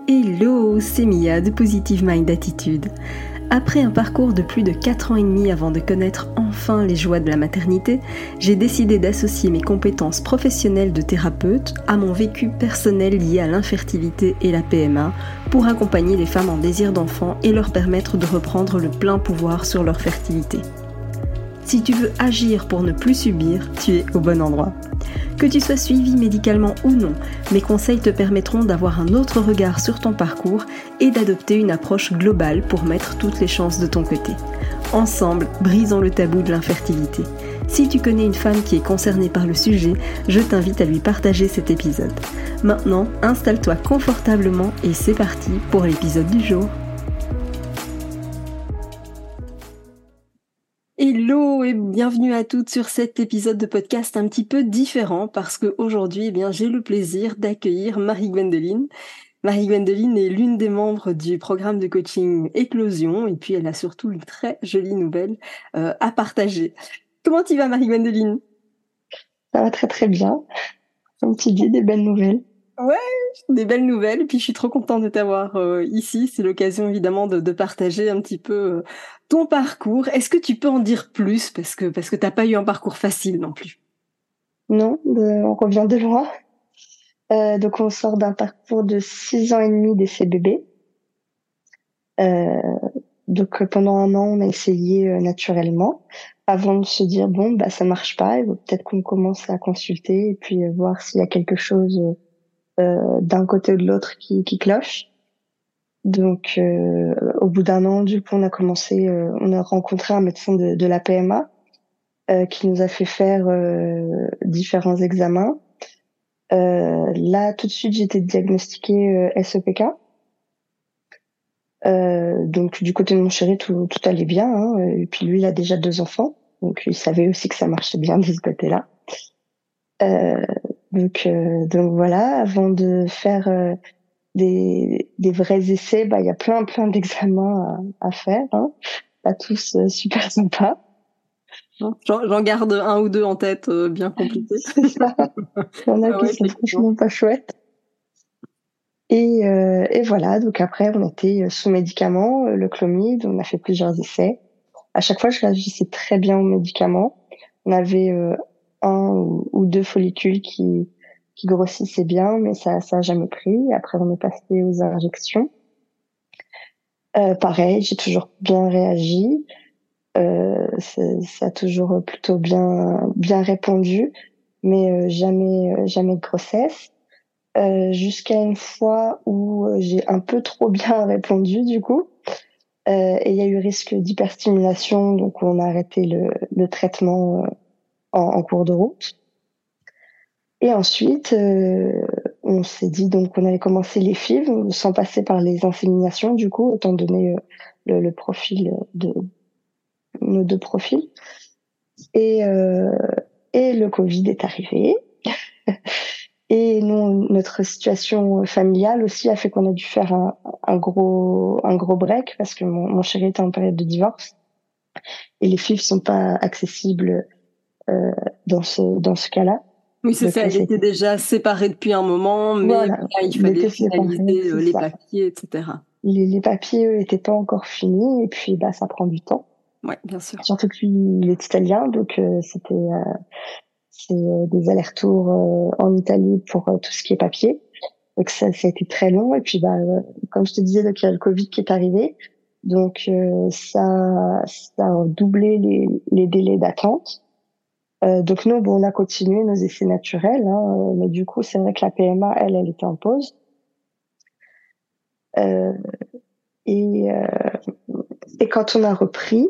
Hello, c'est Mia de Positive Mind Attitude. Après un parcours de plus de 4 ans et demi avant de connaître enfin les joies de la maternité, j'ai décidé d'associer mes compétences professionnelles de thérapeute à mon vécu personnel lié à l'infertilité et la PMA pour accompagner les femmes en désir d'enfant et leur permettre de reprendre le plein pouvoir sur leur fertilité. Si tu veux agir pour ne plus subir, tu es au bon endroit. Que tu sois suivi médicalement ou non, mes conseils te permettront d'avoir un autre regard sur ton parcours et d'adopter une approche globale pour mettre toutes les chances de ton côté. Ensemble, brisons le tabou de l'infertilité. Si tu connais une femme qui est concernée par le sujet, je t'invite à lui partager cet épisode. Maintenant, installe-toi confortablement et c'est parti pour l'épisode du jour. Hello et bienvenue à toutes sur cet épisode de podcast un petit peu différent parce qu'aujourd'hui, j'ai le plaisir d'accueillir Marie-Gwendoline. Marie-Gwendoline est l'une des membres du programme de coaching Éclosion et puis elle a surtout une très jolie nouvelle à partager. Comment tu vas Marie-Gwendoline ? Ça va très très bien. Comme tu dis, des belles nouvelles. Ouais, des belles nouvelles. Et puis je suis trop contente de t'avoir ici. C'est l'occasion évidemment de partager un petit peu ton parcours. Est-ce que tu peux en dire plus parce que t'as pas eu un parcours facile non plus. Non, on revient de loin. Donc on sort d'un parcours de 6 ans et demi d'essai bébé. Donc pendant un an, on a essayé naturellement avant de se dire ça marche pas, il faut peut-être qu'on commence à consulter et puis voir s'il y a quelque chose d'un côté ou de l'autre qui cloche. Donc au bout d'un an, du coup, on a rencontré un médecin de la PMA qui nous a fait faire différents examens. Là, tout de suite, j'ai été diagnostiquée SEPK. Donc du côté de mon chéri, tout allait bien. Hein. Et puis lui, il a déjà 2 enfants, donc il savait aussi que ça marchait bien de ce côté-là. Donc voilà, avant de faire des vrais essais, il y a plein d'examens à faire. Hein. Pas tous super sympas. J'en garde un ou deux en tête bien compliqués. C'est ça. Il y en a qui sont franchement pas chouettes. Et voilà, donc après, on était sous médicaments, le Clomid, on a fait plusieurs essais. À chaque fois, je réagissais très bien aux médicaments. On avait 1 ou 2 follicules qui grossissaient bien, mais ça a jamais pris. Après, on est passé aux injections. Pareil, j'ai toujours bien réagi. Ça a toujours plutôt bien répondu, mais jamais de grossesse. Jusqu'à une fois où j'ai un peu trop bien répondu du coup, et il y a eu risque d'hyperstimulation, donc on a arrêté le traitement en cours de route. Et ensuite, on s'est dit donc qu'on allait commencer les FIV sans passer par les inséminations du coup, étant donné le profil de nos 2 profils. Et le Covid est arrivé. Et nous, notre situation familiale aussi a fait qu'on a dû faire un gros break parce que mon chéri était en période de divorce et les FIV sont pas accessibles dans ce cas-là. Oui, c'est ça. Il était déjà séparé depuis un moment, mais voilà, là, il fallait finaliser les papiers, etc. Les papiers, eux, étaient pas encore finis et puis ça prend du temps. Ouais, bien sûr. Surtout que lui, il est italien, donc c'est des allers-retours en Italie pour tout ce qui est papier. Donc ça a été très long. Et puis comme je te disais, donc il y a le Covid qui est arrivé. Donc ça a doublé les délais d'attente. Donc nous, on a continué nos essais naturels, hein, mais du coup, c'est vrai que la PMA, elle était en pause. Et quand on a repris,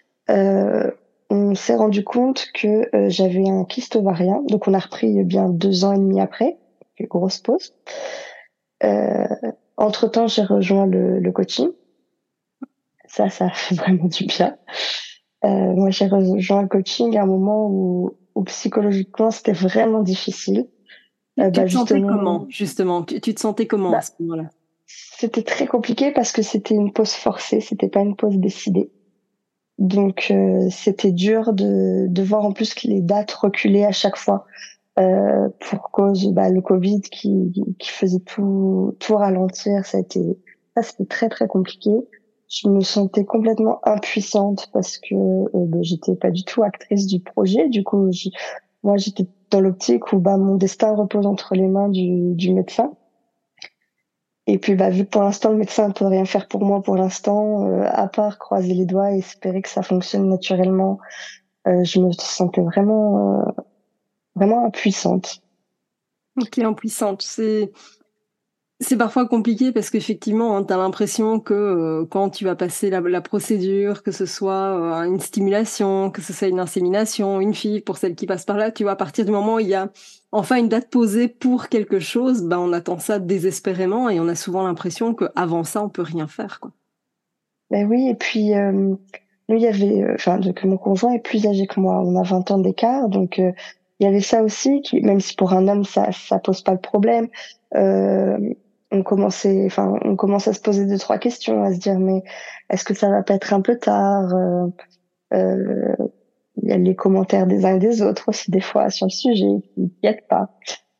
on s'est rendu compte que j'avais un kyste ovarien. Donc on a repris bien 2 ans et demi après, une grosse pause. Entre-temps, j'ai rejoint le coaching. Ça fait vraiment du bien. Moi, j'ai rejoint le coaching à un moment où psychologiquement, c'était vraiment difficile. Tu te sentais comment, justement ? Tu te sentais comment à ce moment-là ? C'était très compliqué parce que c'était une pause forcée, c'était pas une pause décidée. Donc, c'était dur de voir en plus que les dates reculaient à chaque fois. pour cause le Covid qui faisait tout ralentir. C'était très très compliqué. Je me sentais complètement impuissante parce que j'étais pas du tout actrice du projet. Du coup, moi j'étais dans l'optique où mon destin repose entre les mains du médecin. Et puis vu que pour l'instant le médecin ne peut rien faire pour moi pour l'instant, à part croiser les doigts et espérer que ça fonctionne naturellement, je me sentais vraiment impuissante. Ok, impuissante. C'est parfois compliqué parce qu'effectivement, hein, tu as l'impression que quand tu vas passer la procédure, que ce soit une stimulation, que ce soit une insémination, une FIV, pour celles qui passent par là, tu vois, à partir du moment où il y a enfin une date posée pour quelque chose, on attend ça désespérément et on a souvent l'impression qu'avant ça, on peut rien faire, quoi. Ben oui, et puis nous, il y avait, que mon conjoint est plus âgé que moi, on a 20 ans d'écart, donc il y avait ça aussi, même si pour un homme ça pose pas le problème. euh, on commence à se poser deux trois questions, à se dire mais est-ce que ça va pas être un peu tard? Euh, il y a les commentaires des uns et des autres aussi des fois sur le sujet qui aident pas.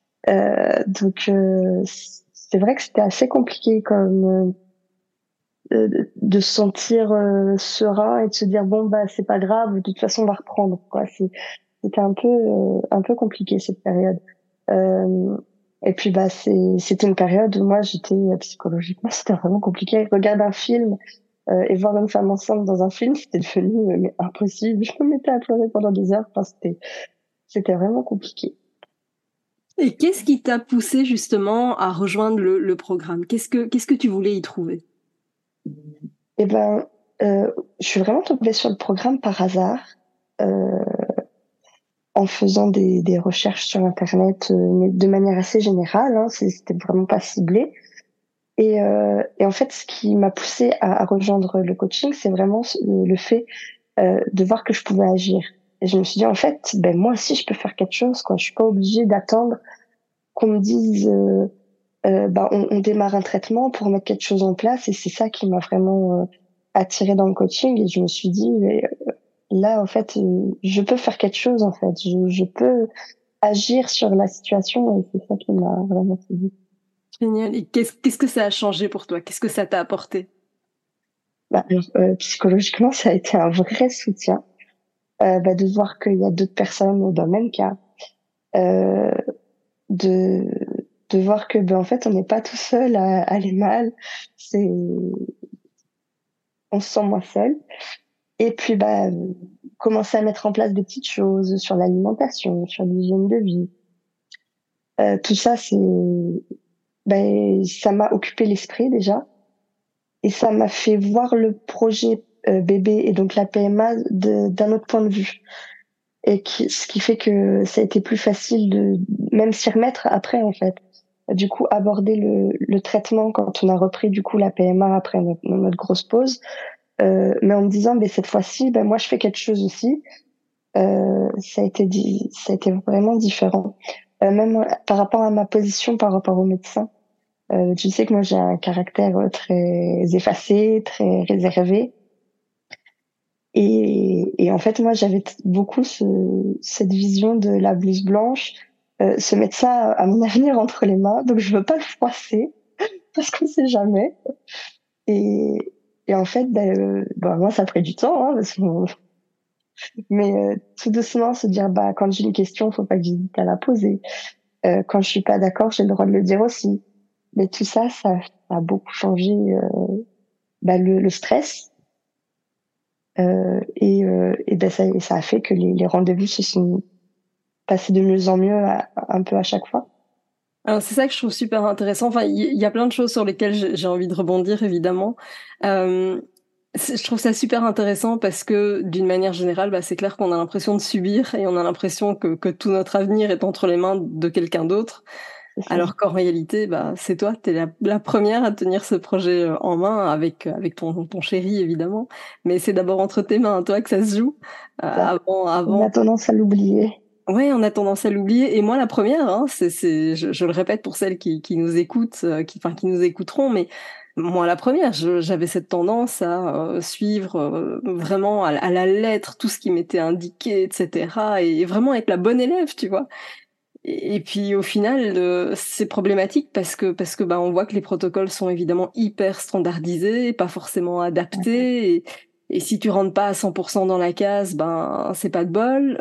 Donc c'est vrai que c'était assez compliqué comme de se sentir serein et de se dire bon c'est pas grave, de toute façon on va reprendre quoi. C'était un peu compliqué cette période. Euh, et puis c'était une période où moi j'étais psychologiquement c'était vraiment compliqué. Regarder un film et voir une femme enceinte dans un film, c'était devenu mais impossible. Je me mettais à pleurer pendant des heures. Enfin, c'était vraiment compliqué. Et qu'est-ce qui t'a poussé justement à rejoindre le programme? Qu'est-ce que tu voulais y trouver? Et je suis vraiment tombée sur le programme par hasard. Euh, En faisant des recherches sur Internet, mais de manière assez générale, hein, c'était vraiment pas ciblé. Et en fait, ce qui m'a poussée à rejoindre le coaching, c'est vraiment le fait de voir que je pouvais agir. Et je me suis dit, en fait, moi aussi, je peux faire quelque chose, quoi. Je suis pas obligée d'attendre qu'on me dise, on démarre un traitement pour mettre quelque chose en place. Et c'est ça qui m'a vraiment attirée dans le coaching. Et je me suis dit, mais là, en fait, je peux faire quelque chose, en fait. Je peux agir sur la situation et c'est ça qui m'a vraiment séduit. Génial. Et qu'est-ce que ça a changé pour toi? Qu'est-ce que ça t'a apporté? Psychologiquement, ça a été un vrai soutien de voir qu'il y a d'autres personnes dans le même cas, euh, de de voir que en fait on n'est pas tout seul à aller mal, c'est on se sent moins seul. Et puis commencer à mettre en place des petites choses sur l'alimentation, sur l'hygiène de vie. Tout ça, ça m'a occupé l'esprit déjà. Et ça m'a fait voir le projet bébé et donc la PMA d'un autre point de vue. Ce qui fait que ça a été plus facile de même s'y remettre après en fait. Du coup, aborder le traitement quand on a repris du coup la PMA après notre grosse pause, mais en me disant, cette fois-ci, moi je fais quelque chose aussi. Ça a été vraiment différent. Même par rapport à ma position par rapport au médecin. Tu sais que moi j'ai un caractère très effacé, très réservé. Et en fait, moi j'avais beaucoup cette vision de la blouse blanche. Ce médecin a mon avenir entre les mains, donc je veux pas le froisser parce qu'on sait jamais. Et, et en fait, moi ça a pris du temps, hein, mais tout doucement se dire quand j'ai une question, faut pas que j'hésite à la poser. Quand je suis pas d'accord, j'ai le droit de le dire aussi. Mais tout ça, ça a beaucoup changé le stress. Ça a fait que les rendez-vous se sont passés de mieux en mieux un peu à chaque fois. Alors c'est ça que je trouve super intéressant. Enfin, il y a plein de choses sur lesquelles j'ai envie de rebondir, évidemment. Je trouve ça super intéressant parce que, d'une manière générale, c'est clair qu'on a l'impression de subir et on a l'impression que tout notre avenir est entre les mains de quelqu'un d'autre. C'est ça. Alors qu'en réalité, c'est toi, t'es la première à tenir ce projet en main avec ton chéri, évidemment. Mais c'est d'abord entre tes mains, toi, que ça se joue. Ça. On Avant. a tendance à l'oublier. Ouais, on a tendance à l'oublier. Et moi, la première, hein, je le répète pour celles qui nous écoutent, qui nous écouteront, mais moi, la première, j'avais cette tendance à suivre vraiment à la lettre tout ce qui m'était indiqué, etc. Et vraiment être la bonne élève, tu vois. Et puis au final, c'est problématique parce que bah, on voit que les protocoles sont évidemment hyper standardisés, pas forcément adaptés. Et si tu rentres pas à 100% dans la case, ben c'est pas de bol.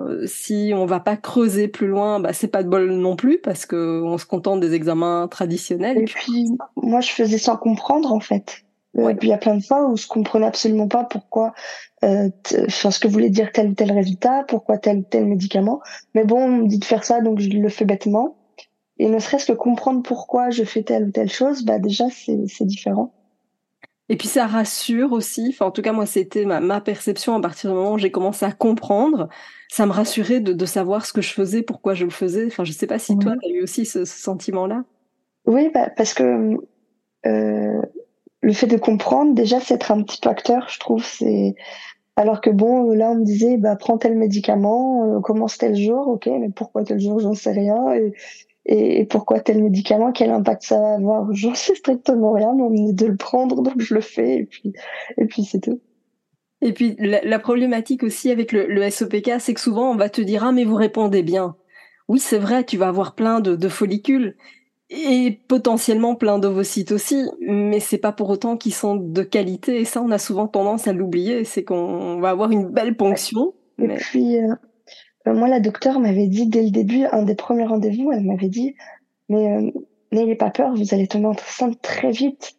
Si on va pas creuser plus loin, bah c'est pas de bol non plus parce que on se contente des examens traditionnels. Et puis, moi, je faisais sans comprendre, en fait. Ouais. Puis il y a plein de fois où je comprenais absolument pas pourquoi, enfin, ce que voulait dire tel ou tel résultat, pourquoi tel ou tel médicament. Mais bon, on me dit de faire ça, donc je le fais bêtement. Et ne serait-ce que comprendre pourquoi je fais telle ou telle chose, bah déjà, c'est différent. Et puis ça rassure aussi, enfin en tout cas moi c'était ma perception à partir du moment où j'ai commencé à comprendre, ça me rassurait de savoir ce que je faisais, pourquoi je le faisais. Enfin je sais pas si toi Mhm. tu as eu aussi ce sentiment-là. Oui, bah, parce que euh, le fait de comprendre, déjà, c'est être un petit peu acteur, je trouve. C'est alors que bon, là, on me disait, bah, prends tel médicament, commence tel jour, ok, mais pourquoi tel jour, j'en sais rien. Et pourquoi tel médicament, quel impact ça va avoir? J'en sais strictement rien, mais on me dit de le prendre, donc je le fais, et puis c'est tout. Et puis la problématique aussi avec le SOPK, c'est que souvent on va te dire ah mais vous répondez bien. Oui c'est vrai, tu vas avoir plein de follicules et potentiellement plein d'ovocytes aussi, mais c'est pas pour autant qu'ils sont de qualité et ça on a souvent tendance à l'oublier, c'est qu'on va avoir une belle Ouais. ponction, Et mais puis, moi, la docteure m'avait dit dès le début, un des premiers rendez-vous, elle m'avait dit, mais n'ayez pas peur, vous allez tomber enceinte très vite.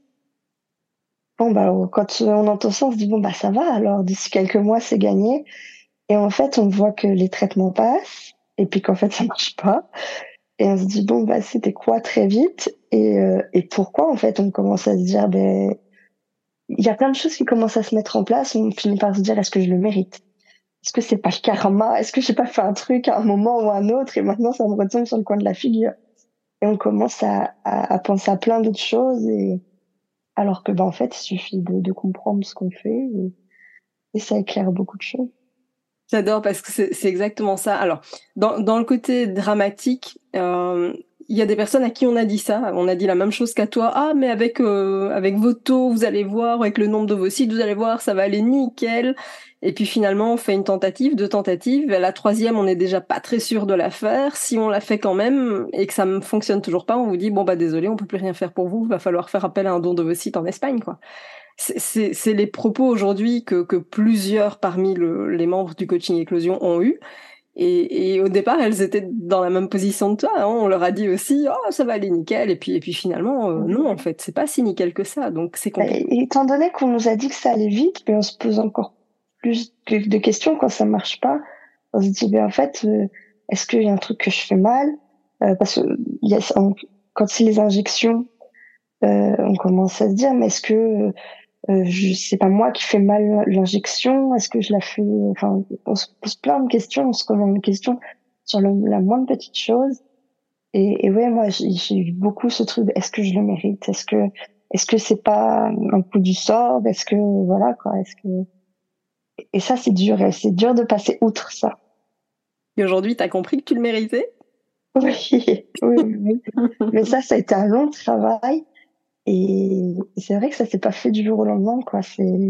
Bon, bah, quand on entend ça, on se dit, bon, bah, ça va, alors d'ici quelques mois, c'est gagné. Et en fait, on voit que les traitements passent, et puis qu'en fait, ça marche pas. Et on se dit, bon, bah, c'était quoi très vite? Et pourquoi, en fait, on commence à se dire, ben, il y a plein de choses qui commencent à se mettre en place. On finit par se dire, est-ce que je le mérite? Est-ce que c'est pas le karma? Est-ce que j'ai pas fait un truc à un moment ou à un autre et maintenant ça me retombe sur le coin de la figure? Et on commence à penser à plein d'autres choses et alors que, ben, en fait, il suffit de comprendre ce qu'on fait et ça éclaire beaucoup de choses. j'adore parce que c'est exactement ça. Alors, dans le côté dramatique, il y a des personnes à qui on a dit ça. On a dit la même chose qu'à toi. Ah, mais avec vos taux, vous allez voir, avec le nombre de vos sites, vous allez voir, ça va aller nickel. Et puis finalement, on fait une tentative, deux tentatives. À la troisième, on n'est déjà pas très sûr de la faire. Si on la fait quand même et que ça ne fonctionne toujours pas, on vous dit bon bah désolé, on peut plus rien faire pour vous. Il va falloir faire appel à un don de vos sites en Espagne, quoi. C'est les propos aujourd'hui que plusieurs parmi les membres du coaching éclosion ont eu. Et au départ, elles étaient dans la même position que toi. Hein. On leur a dit aussi, oh, ça va aller nickel. Et puis finalement, non, en fait, c'est pas si nickel que ça. Donc c'est compliqué. Et étant donné qu'on nous a dit que ça allait vite, mais on se pose encore plus de questions quand ça marche pas. On se dit, ben, en fait, est-ce qu'il y a un truc que je fais mal? Parce que quand c'est les injections, on commence à se dire, mais est-ce que c'est pas moi qui fais mal l'injection? Est-ce que je la fais? Enfin, on se pose plein de questions, on se remet des questions sur la moindre petite chose. Et ouais, moi, j'ai eu beaucoup ce truc de, est-ce que je le mérite? Est-ce que c'est pas un coup du sort? Est-ce que, voilà, quoi, et ça, c'est dur, et c'est dur de passer outre ça. Et aujourd'hui, tu as compris que tu le méritais. Oui, oui, oui. Mais ça a été un long travail, et c'est vrai que ça s'est pas fait du jour au lendemain, quoi.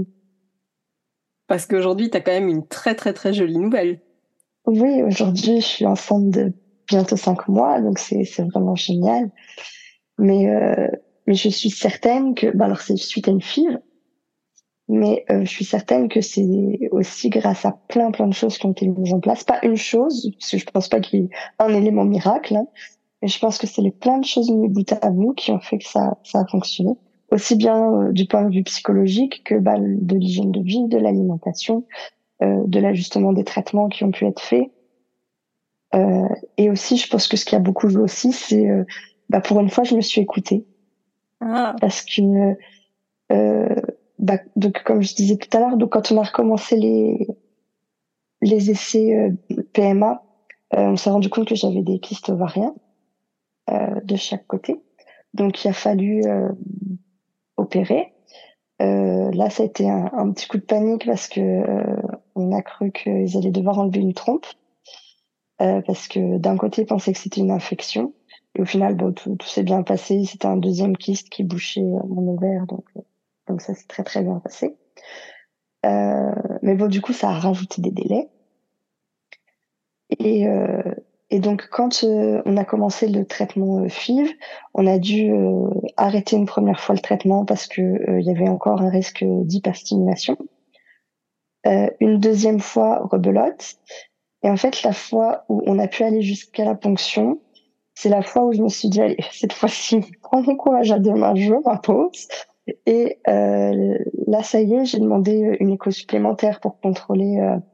Parce qu'aujourd'hui, tu as quand même une très, très, très jolie nouvelle. Oui, aujourd'hui, je suis enceinte de bientôt 5 mois, donc c'est vraiment génial. Mais, euh, mais je suis certaine que, bah alors c'est suite à une fille, mais je suis certaine que c'est aussi grâce à plein de choses qui ont été mises en place. Pas une chose, parce que je pense pas qu'il y ait un élément miracle, hein, mais je pense que c'est les plein de choses mises bout à bout qui ont fait que ça a fonctionné. Aussi bien du point de vue psychologique que bah, de l'hygiène de vie, de l'alimentation, de l'ajustement des traitements qui ont pu être faits. Et aussi, je pense que ce qui a beaucoup joué aussi, c'est bah, pour une fois, je me suis écoutée. Ah, Parce que, euh, bah, donc, comme je disais tout à l'heure, donc, quand on a recommencé les essais PMA, on s'est rendu compte que j'avais des kystes ovariens de chaque côté. Donc, il a fallu opérer. Là, ça a été un petit coup de panique parce que on a cru qu'ils allaient devoir enlever une trompe. Parce que d'un côté, ils pensaient que c'était une infection. Et au final, bon, tout s'est bien passé. C'était un deuxième kyste qui bouchait mon ovaire. Donc ça s'est très, très bien passé. Mais bon, du coup, ça a rajouté des délais. Et Et donc, quand on a commencé le traitement FIV, on a dû arrêter une première fois le traitement parce que il y avait encore un risque d'hyperstimulation. Une deuxième fois, rebelote. Et en fait, la fois où on a pu aller jusqu'à la ponction, c'est la fois où je me suis dit, allez, cette fois-ci, prends mon courage à deux mains, je m'impose. Et là, ça y est, j'ai demandé une écho supplémentaire pour contrôler,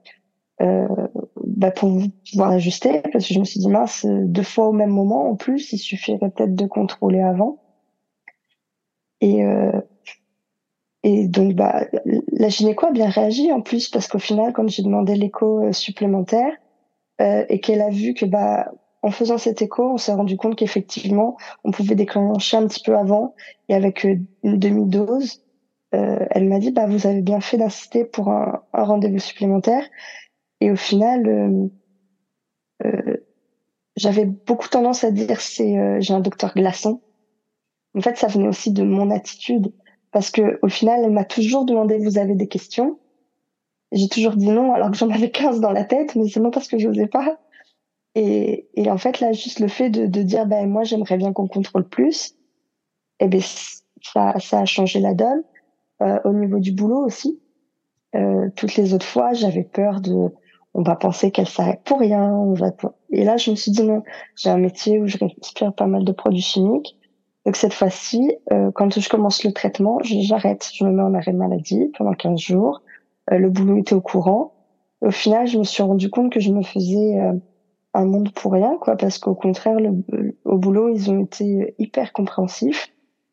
pour pouvoir ajuster, parce que je me suis dit, mince, deux fois au même moment, en plus, il suffirait peut-être de contrôler avant. Et, et donc, la gynéco a bien réagi en plus, parce qu'au final, quand j'ai demandé l'écho supplémentaire, et qu'elle a vu que, en faisant cet écho, on s'est rendu compte qu'effectivement, on pouvait déclencher un petit peu avant, et avec une demi-dose, elle m'a dit, vous avez bien fait d'insister pour un rendez-vous supplémentaire. Et au final, j'avais beaucoup tendance à dire j'ai un docteur glaçon. En fait, ça venait aussi de mon attitude, parce que au final, elle m'a toujours demandé, vous avez des questions? J'ai toujours dit non, alors que j'en avais 15 dans la tête, mais c'est non parce que je n'osais pas. Et en fait, là, juste le fait de dire, moi, j'aimerais bien qu'on contrôle plus, et ça a changé la donne. Au niveau du boulot aussi, toutes les autres fois, j'avais peur on va penser qu'elle s'arrête pour rien. Et là, je me suis dit non, j'ai un métier où je respire pas mal de produits chimiques. Donc cette fois-ci, quand je commence le traitement, j'arrête, je me mets en arrêt maladie pendant 15 jours. Le boulot était au courant. Au final, je me suis rendu compte que je me faisais un monde pour rien, quoi, parce qu'au contraire, au boulot, ils ont été hyper compréhensifs.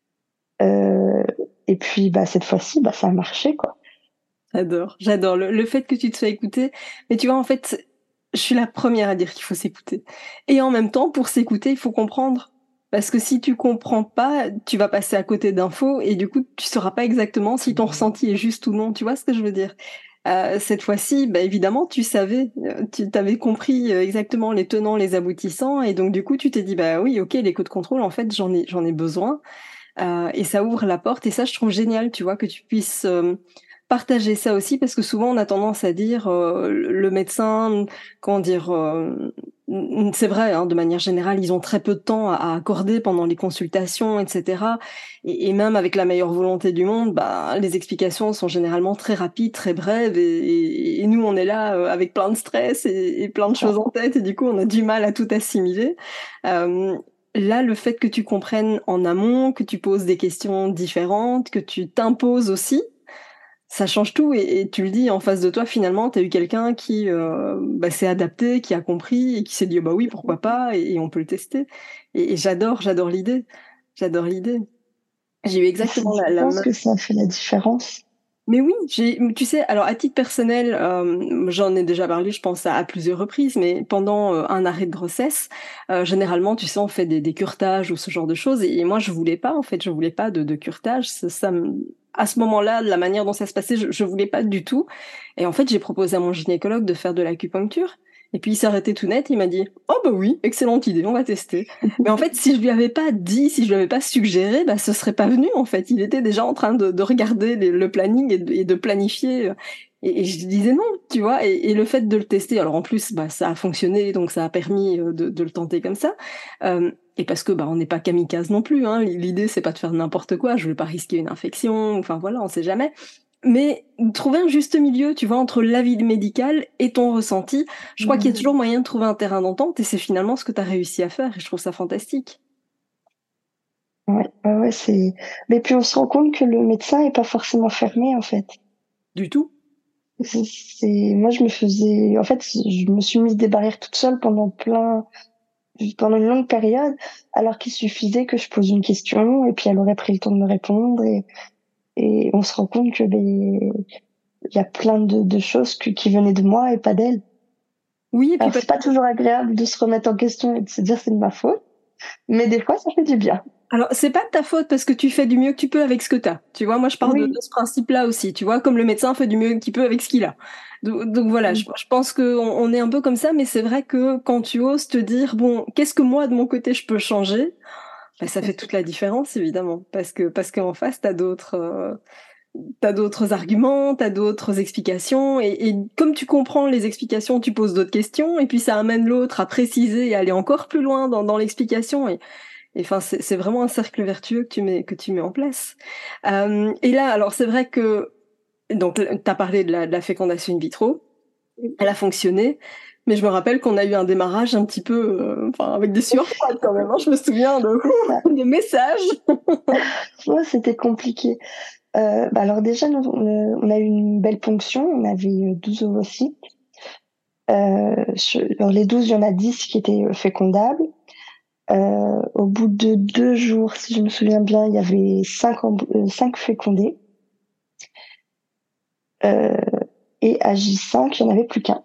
Et puis, cette fois-ci, ça a marché, quoi. J'adore le fait que tu te sois écouté. Mais tu vois, en fait, je suis la première à dire qu'il faut s'écouter. Et en même temps, pour s'écouter, il faut comprendre. Parce que si tu comprends pas, tu vas passer à côté d'infos et du coup, tu sauras pas exactement si ton ressenti est juste ou non. Tu vois ce que je veux dire? Cette fois-ci, évidemment, tu savais, tu t'avais compris exactement les tenants, les aboutissants, et donc du coup, tu t'es dit, oui, ok, l'écho de contrôle, en fait, j'en ai besoin, et ça ouvre la porte, et ça, je trouve génial, tu vois, que tu puisses partager ça aussi, parce que souvent, on a tendance à dire, le médecin, comment dire, c'est vrai, hein, de manière générale, ils ont très peu de temps à accorder pendant les consultations, etc. Et même avec la meilleure volonté du monde, les explications sont généralement très rapides, très brèves, et nous, on est là avec plein de stress et plein de choses en tête, et du coup, on a du mal à tout assimiler. Là, le fait que tu comprennes en amont, que tu poses des questions différentes, que tu t'imposes aussi, ça change tout, et tu le dis, en face de toi, finalement, tu as eu quelqu'un qui s'est adapté, qui a compris et qui s'est dit oui, pourquoi pas, et on peut le tester. Et j'adore l'idée. J'adore l'idée. J'ai eu exactement Je la pense même. que ça fait la différence. Mais oui, tu sais, alors à titre personnel, j'en ai déjà parlé, je pense, à plusieurs reprises, mais pendant un arrêt de grossesse, généralement, tu sais, on fait des curetages ou ce genre de choses, et moi, je voulais pas, en fait, je voulais pas de curetage. À ce moment-là, de la manière dont ça se passait, je voulais pas du tout. Et en fait, j'ai proposé à mon gynécologue de faire de l'acupuncture. Et puis il s'est arrêté tout net, il m'a dit «Oh oui, excellente idée, on va tester». Mais en fait, si je lui avais pas dit, si je lui avais pas suggéré, ce serait pas venu en fait. Il était déjà en train de regarder le planning et de planifier. Et je disais non, tu vois. Et le fait de le tester, alors en plus, ça a fonctionné, donc ça a permis de le tenter comme ça. Et parce que on n'est pas kamikaze non plus, hein. L'idée c'est pas de faire n'importe quoi. Je veux pas risquer une infection. Enfin voilà, on sait jamais. Mais trouver un juste milieu, tu vois, entre l'avis médical et ton ressenti, je crois qu'il y a toujours moyen de trouver un terrain d'entente, et c'est finalement ce que tu as réussi à faire, et je trouve ça fantastique. Ouais, mais puis on se rend compte que le médecin est pas forcément fermé, en fait. Du tout. Moi, en fait, je me suis mise des barrières toute seule pendant une longue période, alors qu'il suffisait que je pose une question et puis elle aurait pris le temps de me répondre, et on se rend compte que il y a plein de choses qui venaient de moi et pas d'elle. Oui, et puis Alors c'est pas toujours agréable de se remettre en question et de se dire c'est de ma faute, mais des fois ça fait du bien. alors, c'est pas de ta faute parce que tu fais du mieux que tu peux avec ce que tu as. Tu vois, moi, je pars de Oui. ce principe-là aussi. Tu vois, comme le médecin fait du mieux qu'il peut avec ce qu'il a. Donc voilà, je pense qu'on est un peu comme ça, mais c'est vrai que quand tu oses te dire, bon, qu'est-ce que moi, de mon côté, je peux changer, ça fait toute la différence, évidemment. Parce qu'en face, t'as d'autres. t'as d'autres arguments, t'as d'autres explications, et comme tu comprends les explications, tu poses d'autres questions, et puis ça amène l'autre à préciser et aller encore plus loin dans l'explication, et enfin c'est vraiment un cercle vertueux que tu mets en place. Et là, alors c'est vrai que donc t'as parlé de la fécondation in vitro, elle a fonctionné. Mais je me rappelle qu'on a eu un démarrage un petit peu, avec des sueurs froides quand même. Hein. Je me souviens de messages. Ouais, c'était compliqué. Alors déjà, on a eu une belle ponction. On avait 12 ovocytes. Dans les 12, il y en a 10 qui étaient fécondables. Au bout de 2 jours, si je me souviens bien, il y avait 5 fécondés. Et à J5, il n'y en avait plus qu'un.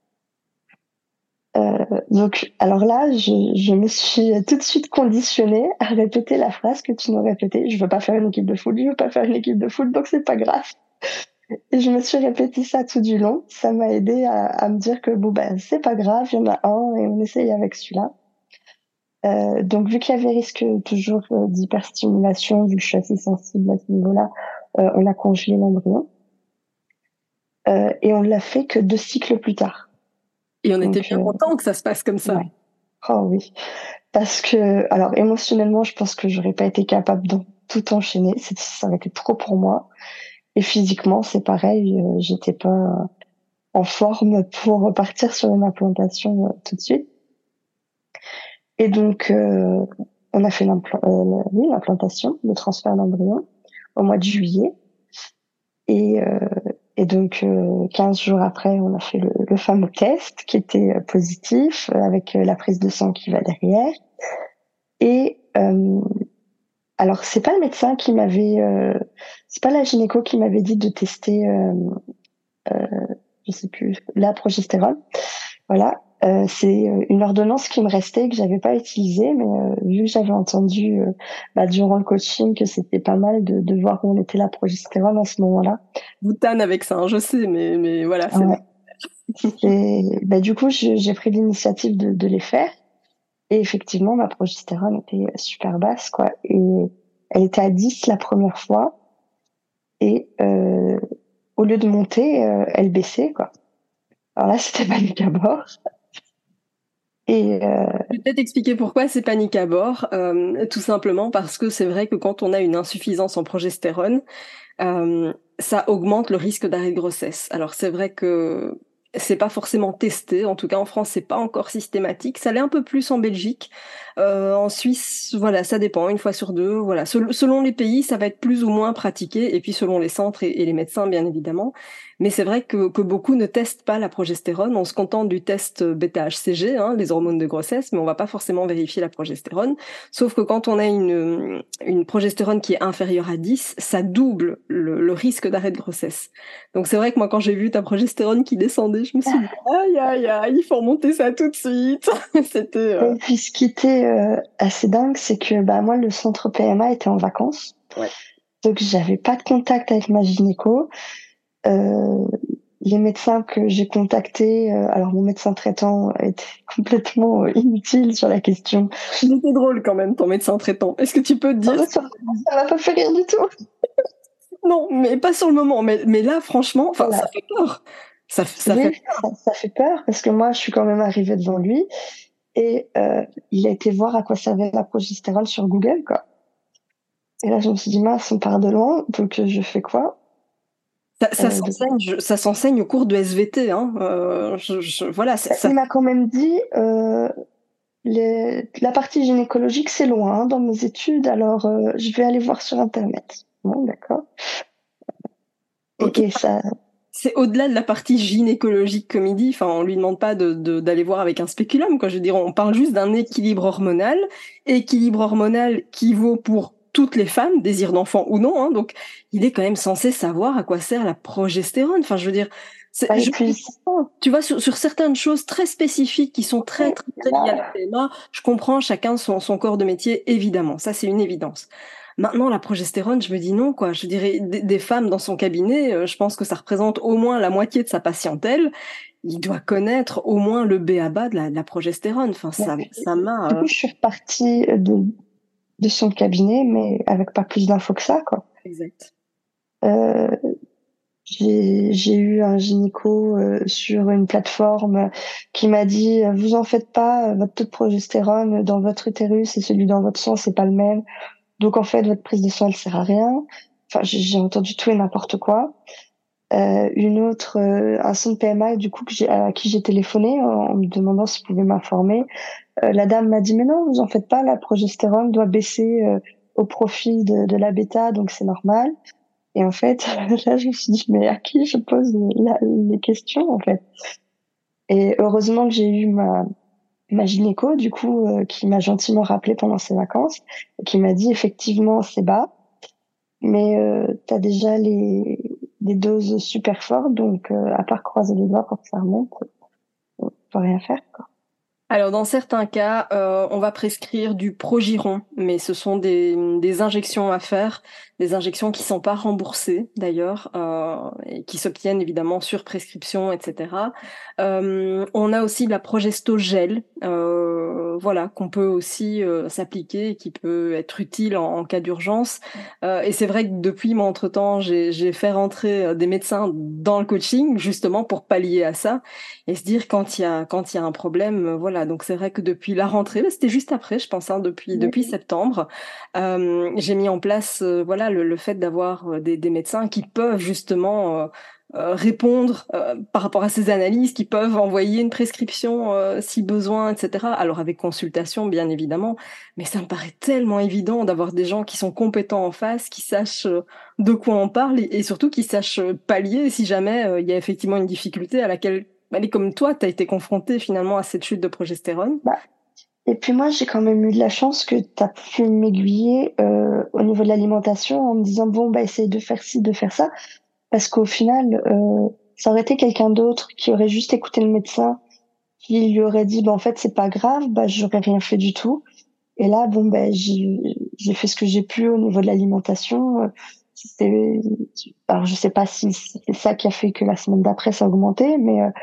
Donc, alors là, je me suis tout de suite conditionnée à répéter la phrase que tu nous répétais. Je veux pas faire une équipe de foot, je veux pas faire une équipe de foot, donc c'est pas grave. Et je me suis répété ça tout du long. Ça m'a aidé à me dire que bon, ben, c'est pas grave, il y en a un et on essaye avec celui-là. Donc, vu qu'il y avait risque toujours d'hyperstimulation, vu que je suis assez sensible à ce niveau-là, on a congelé l'embryon. Et on l'a fait que 2 cycles plus tard. Et on était bien contents que ça se passe comme ça. Ouais. Oh oui. Parce que, alors émotionnellement, je pense que j'aurais pas été capable de tout enchaîner. Ça aurait été trop pour moi. Et physiquement, c'est pareil. J'étais pas en forme pour repartir sur une implantation tout de suite. Et donc, on a fait l'implantation, le transfert d'embryon au mois de juillet. Et donc, 15 jours après, on a fait le fameux test qui était positif, avec la prise de sang qui va derrière. Et alors, c'est pas le médecin qui m'avait, c'est pas la gynéco qui m'avait dit de tester, je sais plus, la progestérone. Voilà. C'est une ordonnance qui me restait que j'avais pas utilisée, mais vu que j'avais entendu durant le coaching que c'était pas mal de voir où on était la progestérone en ce moment-là. Boutane avec ça, hein, je sais, mais voilà. Du coup, j'ai pris l'initiative de les faire. Et effectivement, ma progestérone était super basse, quoi. Et elle était à 10 la première fois. Et au lieu de monter, elle baissait, quoi. Alors là, c'était panique à bord. Et je vais peut-être expliquer pourquoi c'est panique à bord. Tout simplement parce que c'est vrai que quand on a une insuffisance en progestérone, ça augmente le risque d'arrêt de grossesse. Alors c'est vrai que c'est pas forcément testé, en tout cas en France c'est pas encore systématique. Ça l'est un peu plus en Belgique, en Suisse, voilà, ça dépend, une fois sur deux, voilà. Selon les pays, ça va être plus ou moins pratiqué, et puis selon les centres et les médecins bien évidemment. Mais c'est vrai que beaucoup ne testent pas la progestérone, on se contente du test bêta-HCG, hein, les hormones de grossesse, mais on va pas forcément vérifier la progestérone. Sauf que quand on a une progestérone qui est inférieure à 10, ça double le risque d'arrêt de grossesse. Donc c'est vrai que moi quand j'ai vu ta progestérone qui descendait, je me suis dit aïe aïe aïe, il faut remonter ça tout de suite. C'était Et puis ce qui était assez dingue, c'est que moi le centre PMA était en vacances. Ouais. Donc j'avais pas de contact avec ma gynéco. Les médecins que j'ai contactés, alors mon médecin traitant était complètement inutile sur la question. Il était drôle quand même, ton médecin traitant. Est-ce que tu peux te dire ça m'a pas fait rire du tout. Non, mais pas sur le moment. Mais là, franchement, voilà. Ça fait peur. Ça fait peur parce que moi, je suis quand même arrivée devant lui et il a été voir à quoi servait la progestérone sur Google, quoi. Et là, je me suis dit, mince, on part de loin, donc je fais quoi? Ça s'enseigne au cours de SVT, hein. Voilà. Il m'a quand même dit, la partie gynécologique, c'est loin hein, dans mes études, alors je vais aller voir sur Internet. Bon, d'accord. Okay. Et ça... C'est au-delà de la partie gynécologique, comme il dit. Enfin, on lui demande pas d'aller voir avec un spéculum, quoi. Je veux dire, on parle juste d'un équilibre hormonal qui vaut pour toutes les femmes, désir d'enfant ou non. Hein, donc, il est quand même censé savoir à quoi sert la progestérone. Enfin, je veux dire, tu vois, sur certaines choses très spécifiques qui sont très liées à la PMA, je comprends chacun son corps de métier, évidemment. Ça, c'est une évidence. Maintenant, la progestérone, je me dis non, quoi. Je dirais des femmes dans son cabinet, je pense que ça représente au moins la moitié de sa patientèle. Il doit connaître au moins le b.a.-ba de la progestérone. Enfin, ça m'a... Du coup, je suis repartie de son cabinet, mais avec pas plus d'infos que ça, quoi. Exact. Euh, j'ai eu un gynéco sur une plateforme qui m'a dit vous en faites pas, votre taux de progestérone dans votre utérus et celui dans votre sang c'est pas le même. Donc en fait votre prise de sang elle sert à rien. Enfin j'ai entendu tout et n'importe quoi. Une autre un centre PMA du coup à qui j'ai téléphoné en me demandant s'ils pouvaient m'informer. La dame m'a dit mais non vous en faites pas, la progestérone doit baisser au profit de la bêta donc c'est normal. Et en fait, là, je me suis dit, mais à qui je pose les questions, en fait? Et heureusement que j'ai eu ma gynéco, du coup, qui m'a gentiment rappelé pendant ses vacances, et qui m'a dit, effectivement, c'est bas, mais t'as déjà les doses super fortes, donc à part croiser les doigts pour que ça remonte, on peut rien faire, quoi. Alors dans certains cas, on va prescrire du Progiron, mais ce sont des injections à faire, des injections qui sont pas remboursées d'ailleurs, et qui s'obtiennent évidemment sur prescription, etc. On a aussi de la progestogel, voilà, qu'on peut aussi s'appliquer, et qui peut être utile en cas d'urgence. Et c'est vrai que depuis, moi, entre-temps, j'ai fait rentrer des médecins dans le coaching, justement pour pallier à ça et se dire quand il y a un problème, voilà. Donc c'est vrai que depuis la rentrée, bah, c'était juste après, je pense, hein, depuis septembre, j'ai mis en place, voilà, le fait d'avoir des médecins qui peuvent justement répondre par rapport à ces analyses, qui peuvent envoyer une prescription si besoin, etc. Alors avec consultation, bien évidemment, mais ça me paraît tellement évident d'avoir des gens qui sont compétents en face, qui sachent de quoi on parle et surtout qui sachent pallier si jamais il y a effectivement une difficulté à laquelle, allez, comme toi, tu as été confrontée finalement à cette chute de progestérone. Bah, et puis moi, j'ai quand même eu de la chance que tu as pu m'aiguiller au niveau de l'alimentation en me disant, bon, bah, essaye de faire ci, de faire ça. Parce qu'au final, ça aurait été quelqu'un d'autre qui aurait juste écouté le médecin, qui lui aurait dit, bah, en fait, c'est pas grave, bah, j'aurais rien fait du tout. Et là, bon, bah, j'ai fait ce que j'ai pu au niveau de l'alimentation. C'était, alors, je sais pas si c'est ça qui a fait que la semaine d'après, ça a augmenté,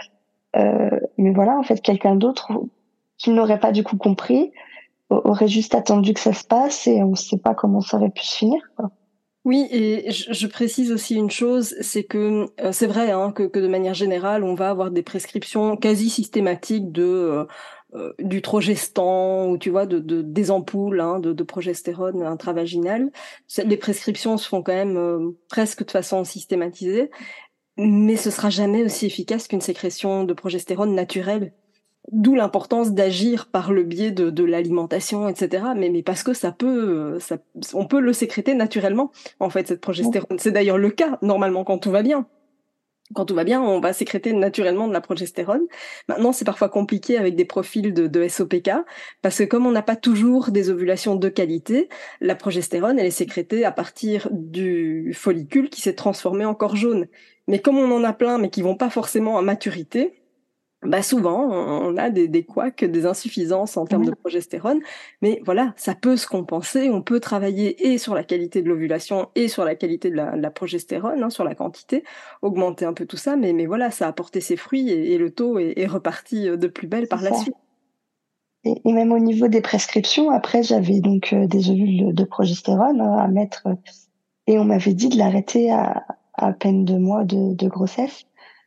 mais voilà, en fait, quelqu'un d'autre qui n'aurait pas du coup compris aurait juste attendu que ça se passe et on sait pas comment ça aurait pu se finir, quoi. Oui, et je précise aussi une chose, c'est que c'est vrai hein, que de manière générale, on va avoir des prescriptions quasi systématiques du Trogestan ou tu vois des ampoules hein, de progestérone intravaginale. Les prescriptions se font quand même presque de façon systématisée, mais ce sera jamais aussi efficace qu'une sécrétion de progestérone naturelle. D'où l'importance d'agir par le biais de l'alimentation, etc. Mais parce que on peut le sécréter naturellement, en fait, cette progestérone. C'est d'ailleurs le cas, normalement, quand tout va bien. Quand tout va bien, on va sécréter naturellement de la progestérone. Maintenant, c'est parfois compliqué avec des profils de SOPK, parce que comme on n'a pas toujours des ovulations de qualité, la progestérone, elle est sécrétée à partir du follicule qui s'est transformé en corps jaune. Mais comme on en a plein, mais qui vont pas forcément à maturité, bah souvent, on a des couacs, des insuffisances en termes de progestérone, mais voilà, ça peut se compenser. On peut travailler et sur la qualité de l'ovulation et sur la qualité de la progestérone, hein, sur la quantité, augmenter un peu tout ça, mais voilà, ça a porté ses fruits et le taux est reparti de plus belle C'est par la ça. suite. Et même au niveau des prescriptions, après, j'avais donc des ovules de progestérone hein, à mettre et on m'avait dit de l'arrêter à peine 2 mois de grossesse.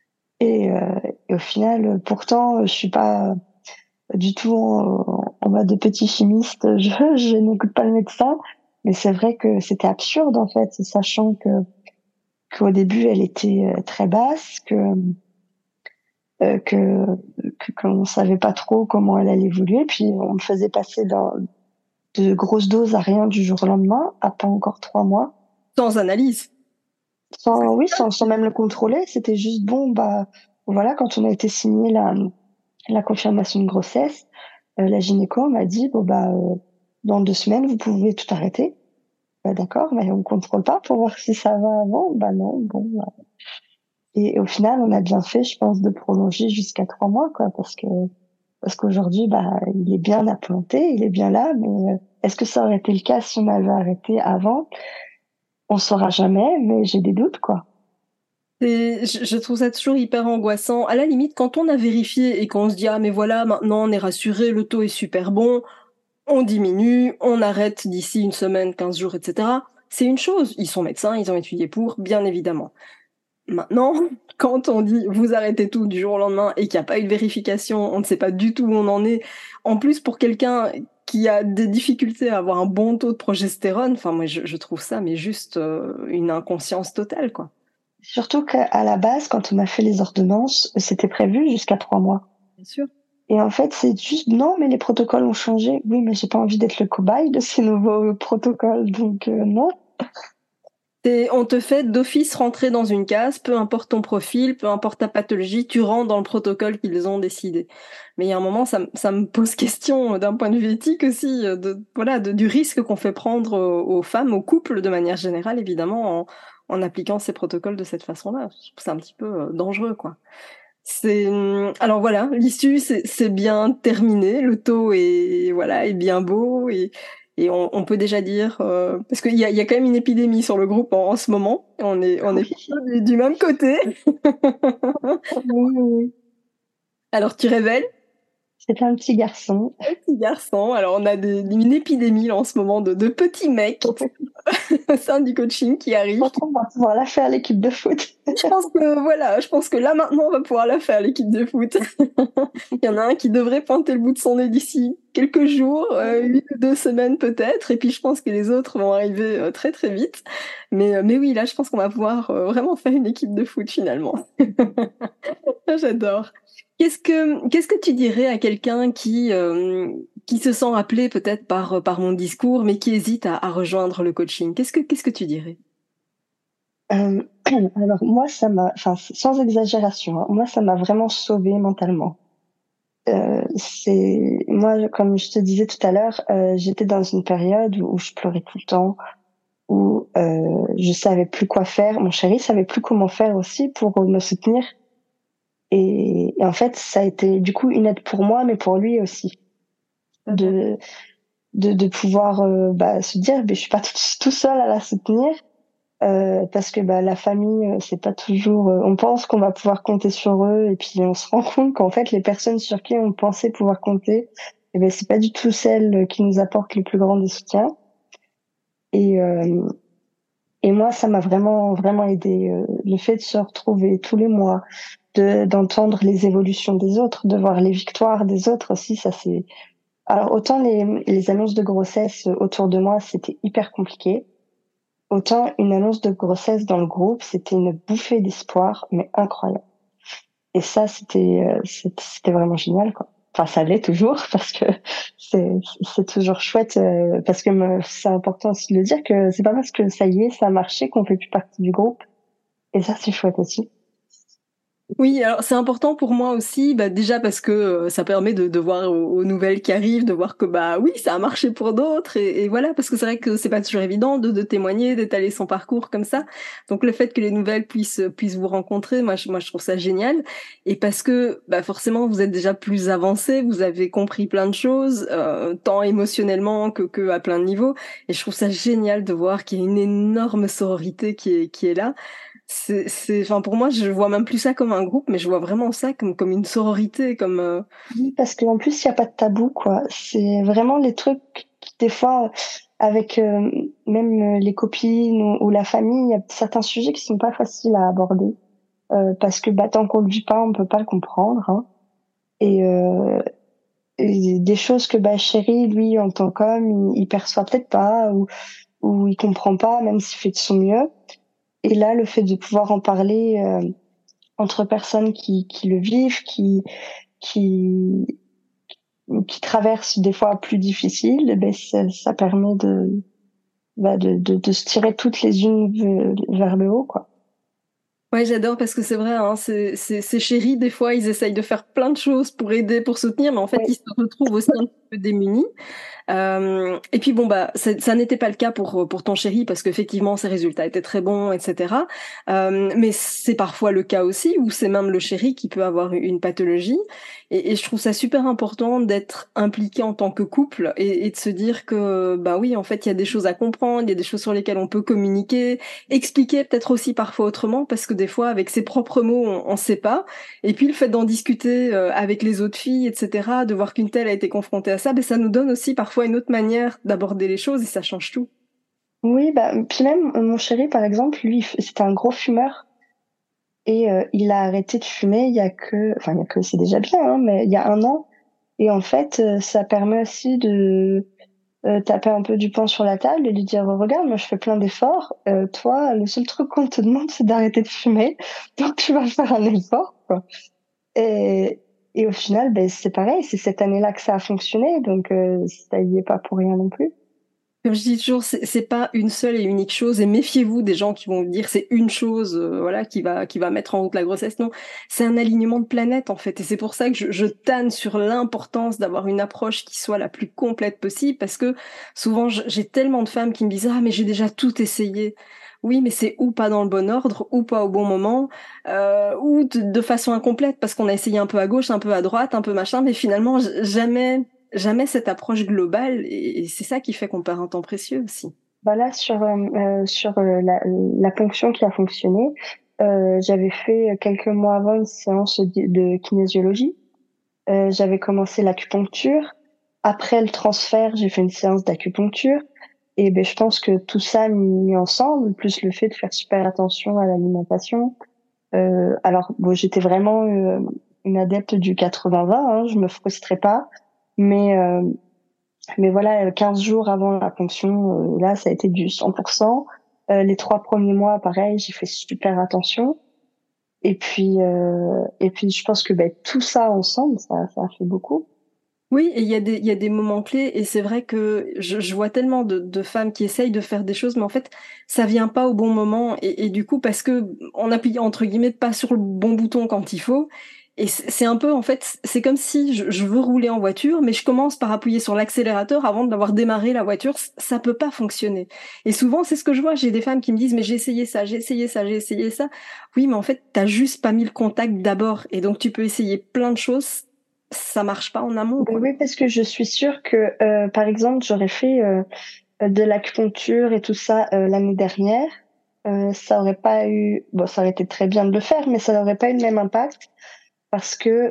Et au final, pourtant, je suis pas du tout en mode de petit chimiste. Je n'écoute pas le médecin, mais c'est vrai que c'était absurde en fait, sachant qu'au début elle était très basse, euh, que qu'on savait pas trop comment elle allait évoluer, puis on me faisait passer de grosses doses à rien du jour au lendemain, à pas encore 3 mois. Sans analyse. Sans même le contrôler, c'était juste bon, bah, voilà, quand on a été signé la confirmation de grossesse, la gynéco m'a dit, bon, bah, dans 2 semaines, vous pouvez tout arrêter. Bah, d'accord, mais on contrôle pas pour voir si ça va avant. Bah, non, bon, bah. Et au final, on a bien fait, je pense, de prolonger jusqu'à 3 mois, quoi, parce qu'aujourd'hui, bah, il est bien implanté, il est bien là, mais est-ce que ça aurait été le cas si on avait arrêté avant? On saura jamais, mais j'ai des doutes, quoi. Je trouve ça toujours hyper angoissant. À la limite, quand on a vérifié et qu'on se dit, ah, mais voilà, maintenant on est rassuré, le taux est super bon, on diminue, on arrête d'ici une semaine, 15 jours, etc. c'est une chose. Ils sont médecins, ils ont étudié pour, bien évidemment. Maintenant, quand on dit vous arrêtez tout du jour au lendemain et qu'il n'y a pas eu de vérification, on ne sait pas du tout où on en est. En plus, pour quelqu'un qui a des difficultés à avoir un bon taux de progestérone, enfin moi je trouve ça mais juste une inconscience totale, quoi. Surtout qu'à la base, quand on a fait les ordonnances, c'était prévu jusqu'à 3 mois. Bien sûr. Et en fait, c'est juste, non, mais les protocoles ont changé. Oui, mais j'ai pas envie d'être le cobaye de ces nouveaux protocoles, donc non. On te fait d'office rentrer dans une case, peu importe ton profil, peu importe ta pathologie, tu rentres dans le protocole qu'ils ont décidé. Mais il y a un moment, ça me pose question d'un point de vue éthique aussi, du risque qu'on fait prendre aux femmes, aux couples de manière générale, évidemment, en appliquant ces protocoles de cette façon-là. Je trouve ça un petit peu dangereux, quoi. Alors voilà, l'issue c'est bien terminé, le taux est bien beau et on peut déjà dire parce qu'il y a quand même une épidémie sur le groupe en ce moment, on est plutôt du même côté. Oui. Alors tu révèles C'est un petit garçon. un petit garçon. Alors on a une épidémie là, en ce moment de petits mecs au sein du coaching qui arrivent. On va pouvoir la faire l'équipe de foot. Je pense que là maintenant on va pouvoir la faire l'équipe de foot. Il y en a un qui devrait pointer le bout de son nez d'ici quelques jours, 1 ou 2 semaines peut-être, et puis je pense que les autres vont arriver très très vite. Mais oui, là je pense qu'on va pouvoir vraiment faire une équipe de foot finalement. J'adore. Qu'est-ce que tu dirais à quelqu'un qui se sent appelé peut-être par mon discours, mais qui hésite à rejoindre le coaching? Qu'est-ce que tu dirais? Alors moi, sans exagération, hein, moi ça m'a vraiment sauvée mentalement. Moi, comme je te disais tout à l'heure, j'étais dans une période où je pleurais tout le temps, où je savais plus quoi faire. Mon chéri savait plus comment faire aussi pour me soutenir. Et en fait, ça a été du coup une aide pour moi, mais pour lui aussi, de pouvoir se dire, je suis pas tout seul à la soutenir. Parce que la famille, c'est pas toujours. On pense qu'on va pouvoir compter sur eux, et puis on se rend compte qu'en fait, les personnes sur qui on pensait pouvoir compter, c'est pas du tout celles qui nous apportent le plus grand des soutiens. Et moi, ça m'a vraiment vraiment aidé. Le fait de se retrouver tous les mois, d'entendre les évolutions des autres, de voir les victoires des autres aussi, ça c'est. Alors autant les annonces de grossesse autour de moi, c'était hyper compliqué. Autant une annonce de grossesse dans le groupe, c'était une bouffée d'espoir, mais incroyable. Et ça, c'était vraiment génial, quoi. Enfin, ça l'est toujours parce que c'est toujours chouette, parce que c'est important aussi de le dire que c'est pas parce que ça y est, ça a marché qu'on fait plus partie du groupe. Et ça, c'est chouette aussi. Oui, alors c'est important pour moi aussi, déjà parce que ça permet de voir aux nouvelles qui arrivent, de voir que oui, ça a marché pour d'autres et voilà, parce que c'est vrai que c'est pas toujours évident de témoigner, d'étaler son parcours comme ça. Donc le fait que les nouvelles puissent vous rencontrer, moi je trouve ça génial et parce que forcément vous êtes déjà plus avancé, vous avez compris plein de choses, tant émotionnellement que à plein de niveaux et je trouve ça génial de voir qu'il y a une énorme sororité qui est là. Enfin, pour moi, je vois même plus ça comme un groupe, mais je vois vraiment ça comme une sororité, comme. Oui, parce qu'en plus, il y a pas de tabou, quoi. C'est vraiment les trucs qui, des fois, avec même les copines ou la famille, il y a certains sujets qui sont pas faciles à aborder. Parce que tant qu'on le vit pas, on peut pas le comprendre, hein. Et des choses que chéri, lui, en tant qu'homme, il perçoit peut-être pas ou il comprend pas, même s'il fait de son mieux. Et là, le fait de pouvoir en parler entre personnes qui le vivent, qui traversent des fois plus difficiles, ça permet de se tirer toutes les unes vers le haut, quoi. Ouais, j'adore parce que c'est vrai, hein, ces chéris, des fois, ils essayent de faire plein de choses pour aider, pour soutenir, mais en fait, Oui. ils se retrouvent aussi un petit peu démunis. Et puis ça n'était pas le cas pour ton chéri parce qu'effectivement ses résultats étaient très bons, etc. Mais c'est parfois le cas aussi où c'est même le chéri qui peut avoir une pathologie. Et je trouve ça super important d'être impliqué en tant que couple et de se dire que oui, en fait, il y a des choses à comprendre, il y a des choses sur lesquelles on peut communiquer, expliquer peut-être aussi parfois autrement parce que des fois avec ses propres mots on sait pas. Et puis le fait d'en discuter avec les autres filles, etc., de voir qu'une telle a été confrontée à ça, ça nous donne aussi parfois une autre manière d'aborder les choses et ça change tout. Oui, bah, puis même mon chéri, par exemple, lui, c'était un gros fumeur et il a arrêté de fumer il y a que, c'est déjà bien, hein, mais il y a 1 an. Et en fait, ça permet aussi de taper un peu du poing sur la table et lui dire: «Regarde, moi je fais plein d'efforts, toi, le seul truc qu'on te demande, c'est d'arrêter de fumer, donc tu vas faire un effort, quoi». Et au final, beh, c'est pareil, c'est cette année-là que ça a fonctionné, donc ça y est pas pour rien non plus. Comme je dis toujours, c'est pas une seule et unique chose et méfiez-vous des gens qui vont vous dire c'est une chose, voilà, qui va mettre en route la grossesse. Non, c'est un alignement de planètes, en fait et c'est pour ça que je tanne sur l'importance d'avoir une approche qui soit la plus complète possible parce que souvent j'ai tellement de femmes qui me disent: «Ah mais j'ai déjà tout essayé». Oui, mais c'est ou pas dans le bon ordre, ou pas au bon moment, ou de façon incomplète parce qu'on a essayé un peu à gauche, un peu à droite, un peu machin, mais finalement jamais cette approche globale et c'est ça qui fait qu'on perd un temps précieux aussi. Bah, là, la ponction qui a fonctionné, j'avais fait, quelques mois avant une séance de kinésiologie. J'avais commencé l'acupuncture. Après le transfert, j'ai fait une séance d'acupuncture et beh, je pense que tout ça mis ensemble, plus le fait de faire super attention à l'alimentation. Alors bon, j'étais vraiment, une adepte du 80-20, hein, je me frustrais pas, mais voilà, 15 jours avant la ponction, là, ça a été du 100. Les 3 premiers mois, pareil, j'ai fait super attention et puis je pense que, beh, tout ça ensemble, ça a fait beaucoup. Oui et il y a des moments clés et c'est vrai que je vois tellement de femmes qui essayent de faire des choses, mais en fait, ça vient pas au bon moment et du coup, parce qu'on appuie entre guillemets «pas sur le bon bouton» quand il faut et c'est un peu en fait, c'est comme si je veux rouler en voiture, mais je commence par appuyer sur l'accélérateur avant d'avoir démarré la voiture, ça peut pas fonctionner et souvent, c'est ce que je vois, j'ai des femmes qui me disent: «Mais j'ai essayé ça, j'ai essayé ça, j'ai essayé ça». Oui, mais en fait, tu as juste pas mis le contact d'abord et donc tu peux essayer plein de choses, ça marche pas en amont, Beh, quoi. oui, parce que je suis sûre que, par exemple, j'aurais fait, de l'acupuncture et tout ça, l'année dernière, ça aurait pas eu bon, ça aurait été très bien de le faire, mais ça n'aurait pas eu le même impact parce que,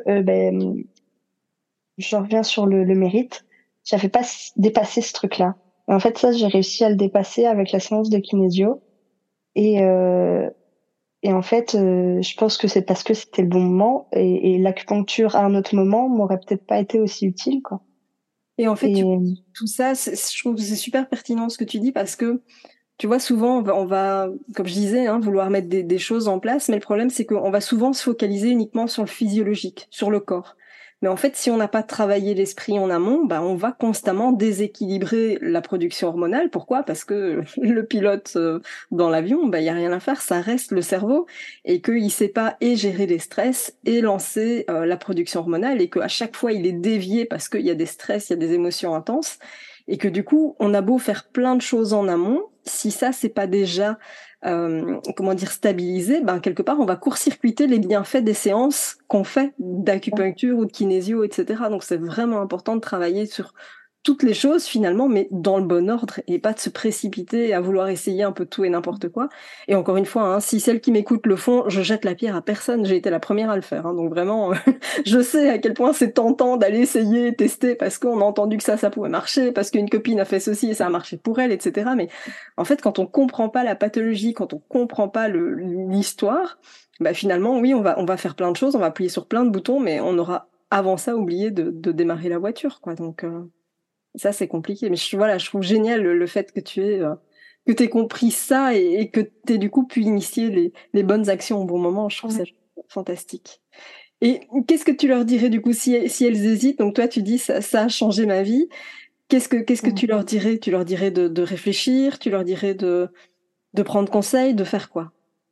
je reviens sur le mérite. J'avais pas dépassé ce truc-là. Et en fait, ça, j'ai réussi à le dépasser avec la séance de kinésio. Et, euh, et en fait, je pense que c'est parce que c'était le bon moment et l'acupuncture à un autre moment m'aurait peut-être pas été aussi utile, quoi. Et en fait, Et tout ça, je trouve que c'est super pertinent ce que tu dis parce que, tu vois, souvent, on va comme je disais, hein, vouloir mettre des choses en place, mais le problème, c'est qu'on va souvent se focaliser uniquement sur le physiologique, sur le corps. Mais en fait, si on n'a pas travaillé l'esprit en amont, bah, on va constamment déséquilibrer la production hormonale. Pourquoi? Parce que le pilote dans l'avion, bah, il y a rien à faire, ça reste le cerveau, et qu'il sait pas et gérer les stress et lancer la production hormonale, et qu'à chaque fois, il est dévié parce qu'il y a des stress, il y a des émotions intenses, et que du coup, on a beau faire plein de choses en amont, si ça c'est pas déjà comment dire stabilisé, ben quelque part on va court-circuiter les bienfaits des séances qu'on fait d'acupuncture ou de kinésio, etc. Donc c'est vraiment important de travailler sur toutes les choses finalement, mais dans le bon ordre et pas de se précipiter à vouloir essayer un peu tout et n'importe quoi. Et encore une fois, hein, si celles qui m'écoutent le font, je jette la pierre à personne. J'ai été la première à le faire, hein, donc vraiment, je sais à quel point c'est tentant d'aller essayer, tester, parce qu'on a entendu que ça pouvait marcher, parce qu'une copine a fait ceci et ça a marché pour elle, etc. Mais en fait, quand on comprend pas la pathologie, quand on comprend pas l'histoire, bah finalement, oui, on va faire plein de choses, on va appuyer sur plein de boutons, mais on aura avant ça oublié de démarrer la voiture, quoi. Donc ça, c'est compliqué. Mais voilà, je trouve génial le fait que t'aies compris ça et que t'aies du coup pu initier les bonnes actions au bon moment. Je trouve ça ouais. fantastique. Et qu'est-ce que tu leur dirais du coup si elles hésitent? Donc toi, tu dis ça a changé ma vie. Qu'est-ce que tu leur dirais? Tu leur dirais de réfléchir? Tu leur dirais de prendre conseil? De faire quoi?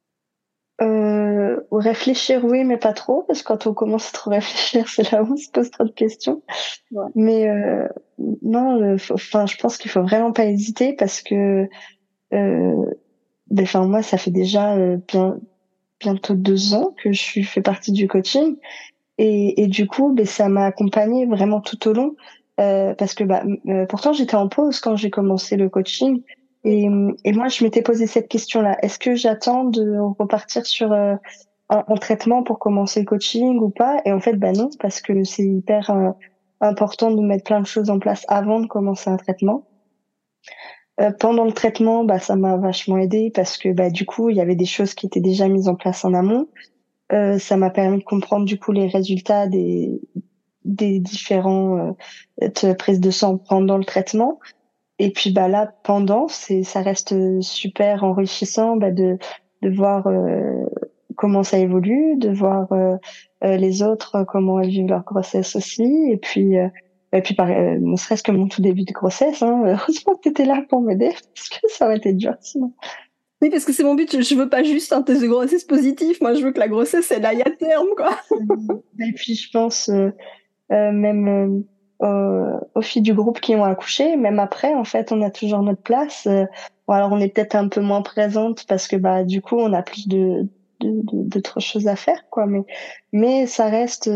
Réfléchir, oui, mais pas trop, parce que quand on commence à trop réfléchir, c'est là où on se pose trop de questions. Ouais. Mais non, enfin, je pense qu'il faut vraiment pas hésiter parce que, enfin, moi, ça fait déjà bientôt 2 ans que fais partie du coaching et du coup, ça m'a accompagnée vraiment tout au long. Parce que pourtant j'étais en pause quand j'ai commencé le coaching et moi je m'étais posé cette question-là. Est-ce que j'attends de repartir sur un traitement pour commencer le coaching ou pas? Et en fait, non, parce que c'est hyper important de mettre plein de choses en place avant de commencer un traitement. Pendant le traitement, bah, ça m'a vachement aidée parce que bah, du coup, il y avait des choses qui étaient déjà mises en place en amont. Ça m'a permis de comprendre du coup les résultats des différents prises de sang pendant le traitement. Et puis bah là, pendant, ça reste super enrichissant bah, de voir comment ça évolue, de voir les autres comment elles vivent leur grossesse aussi, et puis ne serait-ce que mon tout début de grossesse. Hein, heureusement que t'étais là pour m'aider parce que ça aurait été dur sinon. Oui, parce que c'est mon but, je veux pas juste un test de grossesse positif, moi je veux que la grossesse elle aille à terme, quoi. Et puis je pense même aux filles du groupe qui ont accouché, même après, en fait, on a toujours notre place. Bon, alors on est peut-être un peu moins présente parce que bah du coup on a plus d'autres choses à faire, quoi. Mais ça reste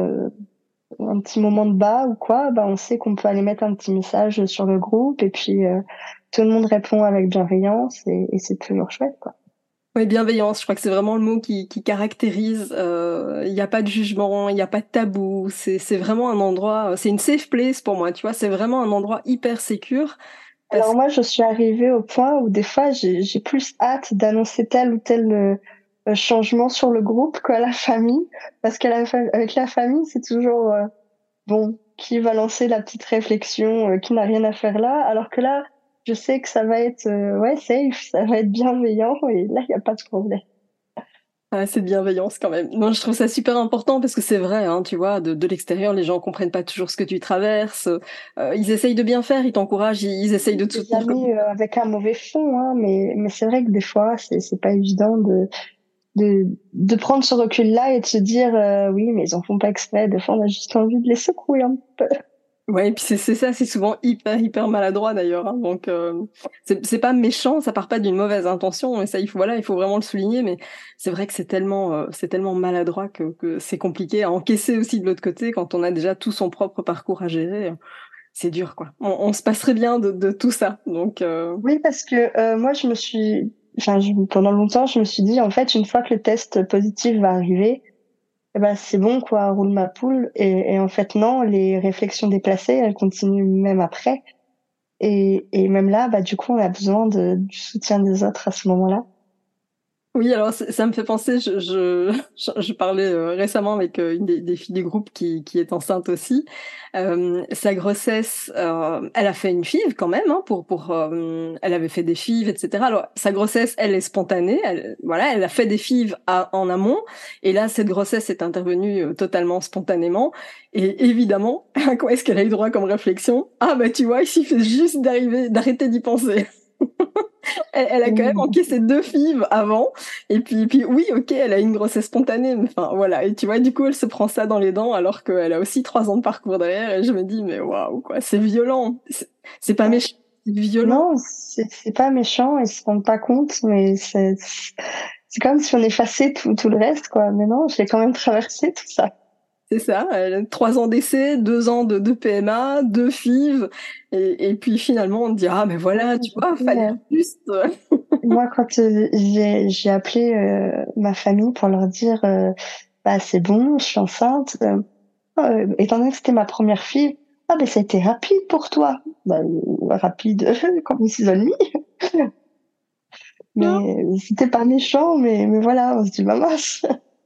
un petit moment de bas ou quoi, bah on sait qu'on peut aller mettre un petit message sur le groupe et puis tout le monde répond avec bienveillance et c'est toujours chouette, quoi. Oui, bienveillance, je crois que c'est vraiment le mot qui caractérise. Il n'y a pas de jugement, il n'y a pas de tabou. C'est vraiment un endroit, c'est une safe place pour moi, tu vois. C'est vraiment un endroit hyper sécure. Alors moi, je suis arrivée au point où des fois, j'ai plus hâte d'annoncer tel ou tel changement sur le groupe qu'à la famille, parce qu'avec la famille, c'est toujours bon, qui va lancer la petite réflexion, qui n'a rien à faire là, alors que là, je sais que ça va être ouais safe, ça va être bienveillant et là, il y a pas de problème. Ah, cette bienveillance quand même. Non, je trouve ça super important parce que c'est vrai, hein, tu vois, de l'extérieur, les gens comprennent pas toujours ce que tu traverses. Ils essayent de bien faire, ils t'encouragent, ils essayent de te C'est soutenir comme. jamais avec un mauvais fond, hein, mais c'est vrai que des fois, c'est pas évident de prendre ce recul-là et de se dire oui, mais ils en font pas exprès. Des fois, on a juste envie de les secouer un peu. Ouais, et puis c'est ça, c'est souvent hyper maladroit d'ailleurs, hein, donc c'est pas méchant, ça part pas d'une mauvaise intention, et ça il faut vraiment le souligner, mais c'est vrai que c'est tellement maladroit que c'est compliqué à encaisser aussi de l'autre côté quand on a déjà tout son propre parcours à gérer. C'est dur, quoi. On se passerait bien de tout ça, donc. Oui, parce que moi, pendant longtemps, je me suis dit, en fait, une fois que le test positif va arriver, eh ben, c'est bon, quoi, roule ma poule. Et en fait, non, les réflexions déplacées, elles continuent même après. Et même là, bah, du coup, on a besoin du soutien des autres à ce moment-là. Oui, alors ça me fait penser, je parlais récemment avec une des filles du groupe qui est enceinte aussi. Sa grossesse, elle a fait une FIV quand même, hein, elle avait fait des FIV, etc. Alors sa grossesse, elle est spontanée, voilà, elle a fait des FIV en amont, et là cette grossesse est intervenue totalement spontanément. Et évidemment, à quoi est-ce qu'elle a eu droit comme réflexion? Ah bah tu vois, il suffit juste d'arrêter d'y penser. Elle a quand même Mmh. encaissé 2 FIV avant. Et puis oui, ok, elle a une grossesse spontanée. Mais enfin, voilà. Et tu vois, du coup, elle se prend ça dans les dents alors qu'elle a aussi 3 ans de parcours derrière. Et je me dis, mais waouh, quoi, c'est violent. C'est pas Ouais. méchant, c'est violent. Non, c'est pas méchant, ils se rendent pas compte, mais c'est comme si on effaçait tout le reste, quoi. Mais non, j'ai quand même traversé tout ça. C'est ça. Elle a 3 ans d'essai, 2 ans de PMA, 2 FIV. Et puis finalement, on te dit, ah, mais voilà, tu vois, fallait juste. Moi, quand j'ai appelé ma famille pour leur dire, bah c'est bon, je suis enceinte. Étant donné que c'était ma première fille, ah ben ça a été rapide pour toi. Bah, rapide comme une saisonnière. Mais c'était pas méchant, mais voilà, on se dit bah mince.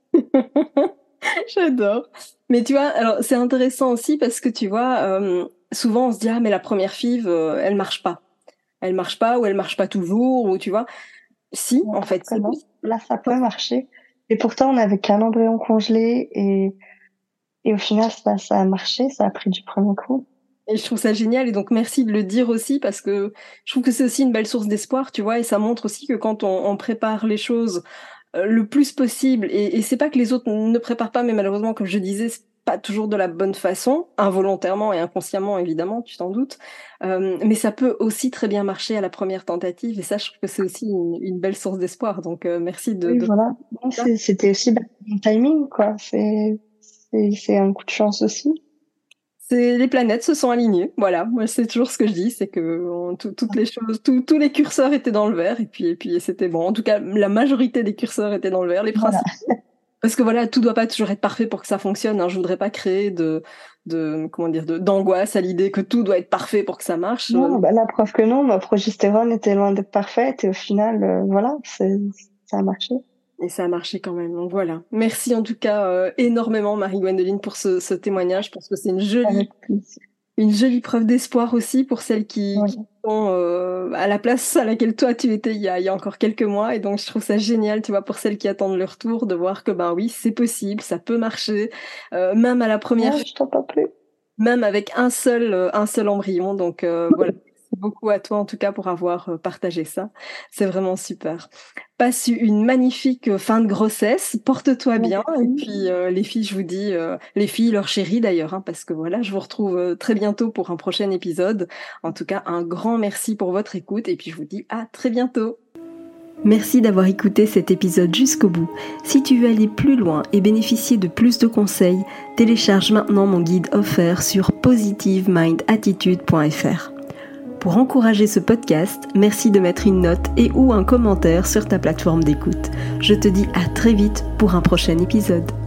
J'adore. Mais tu vois, alors c'est intéressant aussi parce que tu vois, souvent on se dit ah mais la première FIV, elle marche pas. Elle marche pas ou elle marche pas toujours ou tu vois. Si, en fait, c'est Non, possible. là ça peut marcher. Et pourtant on avait qu'un embryon congelé et au final ça a marché, ça a pris du premier coup. Et je trouve ça génial et donc merci de le dire aussi parce que je trouve que c'est aussi une belle source d'espoir, tu vois, et ça montre aussi que quand on prépare les choses le plus possible, et c'est pas que les autres ne préparent pas, mais malheureusement, comme je disais, c'est pas toujours de la bonne façon, involontairement et inconsciemment, évidemment, tu t'en doutes, mais ça peut aussi très bien marcher à la première tentative, et ça, je trouve que c'est aussi une belle source d'espoir, donc merci Oui, de voilà. Non, ça. c'était aussi mon timing, quoi. C'est un coup de chance aussi. Les planètes se sont alignées, voilà. Moi, c'est toujours ce que je dis, c'est que toutes les choses, tous les curseurs étaient dans le vert, et puis c'était bon. En tout cas, la majorité des curseurs étaient dans le vert, les Voilà. principaux. Parce que voilà, tout doit pas toujours être parfait pour que ça fonctionne, hein. Je voudrais pas créer d'angoisse à l'idée que tout doit être parfait pour que ça marche. Non, la preuve que non, ma progestérone était loin d'être parfaite et au final, voilà, ça a marché. Et ça a marché quand même. Donc voilà. Merci en tout cas énormément Marie-Gwendoline pour ce témoignage. Je pense que c'est une jolie preuve d'espoir aussi pour celles qui sont à la place à laquelle toi tu étais il y a encore quelques mois. Et donc je trouve ça génial, tu vois, pour celles qui attendent le retour, de voir que oui, c'est possible, ça peut marcher, même à la première. Je t'en parle plus. Même avec un seul embryon. Donc voilà. Merci beaucoup à toi en tout cas pour avoir partagé ça. C'est vraiment super. Passe une magnifique fin de grossesse. Porte-toi bien. Et puis les filles, je vous dis, les filles, leurs chéris d'ailleurs, parce que voilà, je vous retrouve très bientôt pour un prochain épisode. En tout cas, un grand merci pour votre écoute et puis je vous dis à très bientôt. Merci d'avoir écouté cet épisode jusqu'au bout. Si tu veux aller plus loin et bénéficier de plus de conseils, télécharge maintenant mon guide offert sur positivemindattitude.fr. Pour encourager ce podcast, merci de mettre une note et ou un commentaire sur ta plateforme d'écoute. Je te dis à très vite pour un prochain épisode.